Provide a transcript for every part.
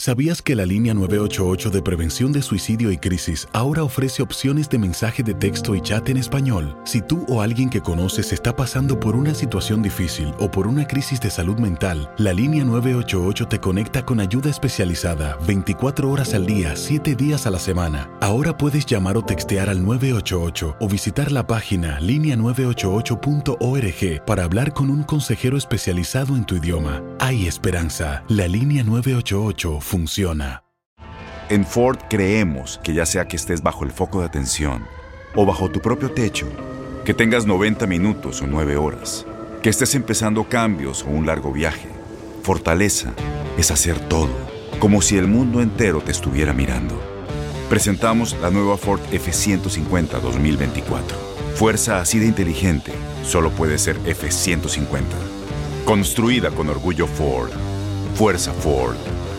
¿Sabías que la línea 988 de prevención de suicidio y crisis ahora ofrece opciones de mensaje de texto y chat en español? Si tú o alguien que conoces está pasando por una situación difícil o por una crisis de salud mental, la línea 988 te conecta con ayuda especializada 24 horas al día, 7 días a la semana. Ahora puedes llamar o textear al 988 o visitar la página linea988.org para hablar con un consejero especializado en tu idioma. Hay esperanza. La línea 988 funciona. En Ford creemos que ya sea que estés bajo el foco de atención o bajo tu propio techo, que tengas 90 minutos o 9 horas, que estés empezando cambios o un largo viaje, fortaleza es hacer todo, como si el mundo entero te estuviera mirando. Presentamos la nueva Ford F-150 2024. Fuerza así de inteligente solo puede ser F-150. Construida con orgullo Ford. Fuerza Ford.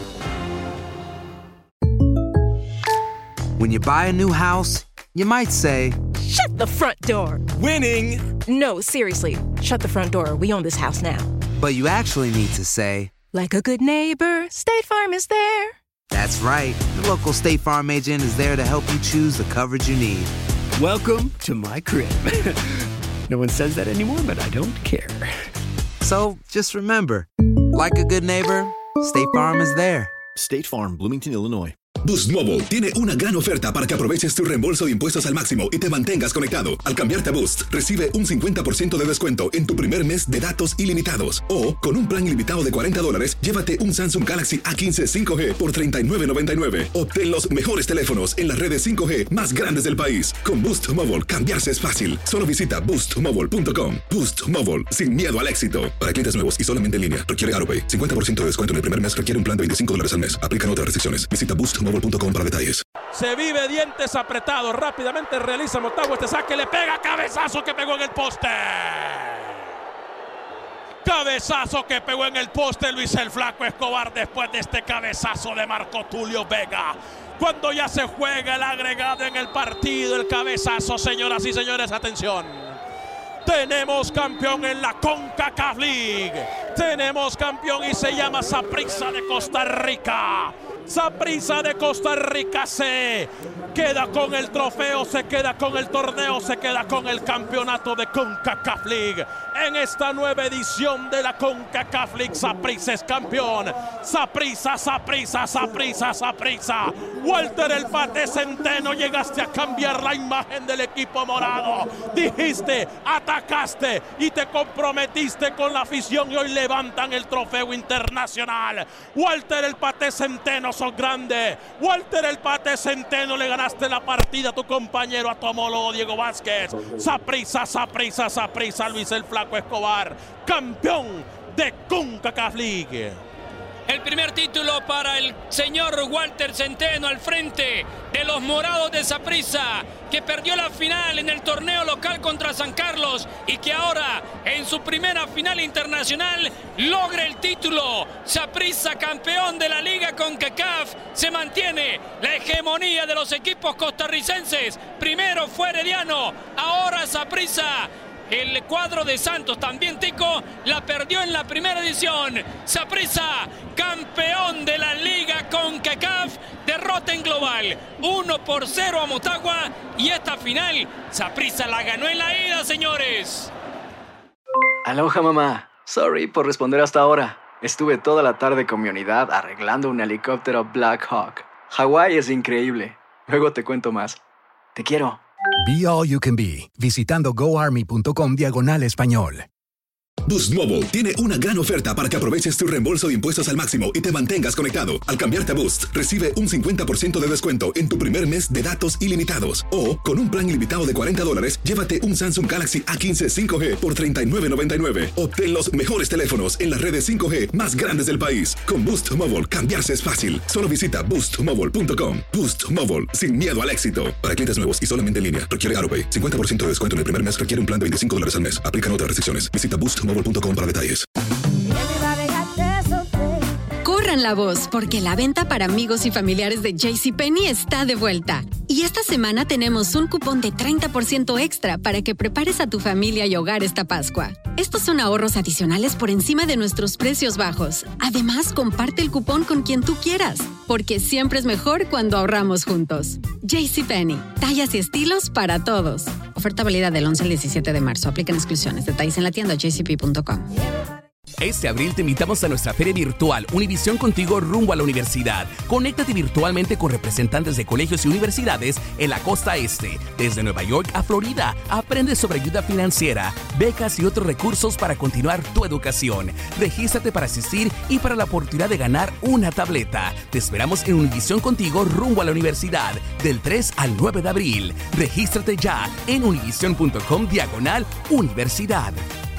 When you buy a new house, you might say, "Shut the front door." Winning! No, seriously. Shut the front door. We own this house now. But you actually need to say, like a good neighbor, State Farm is there. That's right. The local State Farm agent is there to help you choose the coverage you need. Welcome to my crib. No one says that anymore, but I don't care. So just remember, like a good neighbor, State Farm is there. State Farm, Bloomington, Illinois. Boost Mobile tiene una gran oferta para que aproveches tu reembolso de impuestos al máximo y te mantengas conectado. Al cambiarte a Boost, recibe un 50% de descuento en tu primer mes de datos ilimitados. O, con un plan ilimitado de $40, llévate un Samsung Galaxy A15 5G por $39.99. Obtén los mejores teléfonos en las redes 5G más grandes del país. Con Boost Mobile, cambiarse es fácil. Solo visita boostmobile.com. Boost Mobile, sin miedo al éxito. Para clientes nuevos y solamente en línea, requiere AutoPay. 50% de descuento en el primer mes requiere un plan de $25 al mes. Aplican otras restricciones. Visita boostmobile.com para detalles. Se vive dientes apretados. Rápidamente realiza Motagua este saque. Le pega cabezazo que pegó en el poste. Cabezazo que pegó en el poste Luis el Flaco Escobar después de este cabezazo de Marco Tulio Vega. Cuando ya se juega el agregado en el partido, el cabezazo, señoras y señores, atención. Tenemos campeón en la CONCACAF League. Tenemos campeón y se llama Saprissa de Costa Rica. Saprissa de Costa Rica se queda con el trofeo, se queda con el torneo, se queda con el campeonato de CONCACAF League. En esta nueva edición de la CONCACAF League, Saprissa es campeón. Saprissa, Saprissa, Saprissa, Saprissa. Walter el Pate Centeno, llegaste a cambiar la imagen del equipo morado. Dijiste, atacaste y te comprometiste con la afición y hoy levantan el trofeo internacional. Walter el Pate Centeno, sos grande. Walter el Pate Centeno, le ganaste la partida a tu compañero, a tu homólogo Diego Vázquez. Saprissa, Saprissa, Saprissa, Luis el Flaco Escobar, campeón de CONCACAF League. El primer título para el señor Walter Centeno al frente de los morados de Saprissa, que perdió la final en el torneo local contra San Carlos y que ahora en su primera final internacional logra el título. Saprissa, campeón de la Liga CONCACAF, se mantiene la hegemonía de los equipos costarricenses. Primero fue Herediano, ahora Saprissa. El cuadro de Santos, también Tico, la perdió en la primera edición. Saprissa, campeón de la Liga CONCACAF, derrota en global 1-0 a Motagua y esta final Saprissa la ganó en la ida, señores. Aloha, mamá. Sorry por responder hasta ahora. Estuve toda la tarde con mi unidad arreglando un helicóptero Black Hawk. Hawái es increíble. Luego te cuento más. Te quiero. Be All You Can Be, visitando goarmy.com/español. Boost Mobile tiene una gran oferta para que aproveches tu reembolso de impuestos al máximo y te mantengas conectado. Al cambiarte a Boost, recibe un 50% de descuento en tu primer mes de datos ilimitados. O, con un plan ilimitado de $40, llévate un Samsung Galaxy A15 5G por $39.99. Obtén los mejores teléfonos en las redes 5G más grandes del país. Con Boost Mobile, cambiarse es fácil. Solo visita boostmobile.com. Boost Mobile, sin miedo al éxito. Para clientes nuevos y solamente en línea, requiere AutoPay. 50% de descuento en el primer mes requiere un plan de $25 al mes. Aplican otras restricciones. Visita boostmobile.com para detalles. Corra Corran la voz, porque la venta para amigos y familiares de JCPenney está de vuelta. Y esta semana tenemos un cupón de 30% extra para que prepares a tu familia y hogar esta Pascua. Estos son ahorros adicionales por encima de nuestros precios bajos. Además, comparte el cupón con quien tú quieras, porque siempre es mejor cuando ahorramos juntos. JCPenney, tallas y estilos para todos. Oferta válida del 11 al 17 de marzo. Aplican exclusiones. Detalles en la tienda jcp.com. Este abril te invitamos a nuestra feria virtual Univisión Contigo rumbo a la universidad. Conéctate virtualmente con representantes de colegios y universidades en la costa este. Desde Nueva York a Florida, aprende sobre ayuda financiera, becas y otros recursos para continuar tu educación. Regístrate para asistir y para la oportunidad de ganar una tableta. Te esperamos en Univisión Contigo rumbo a la universidad del 3 al 9 de abril. Regístrate ya en univision.com/universidad.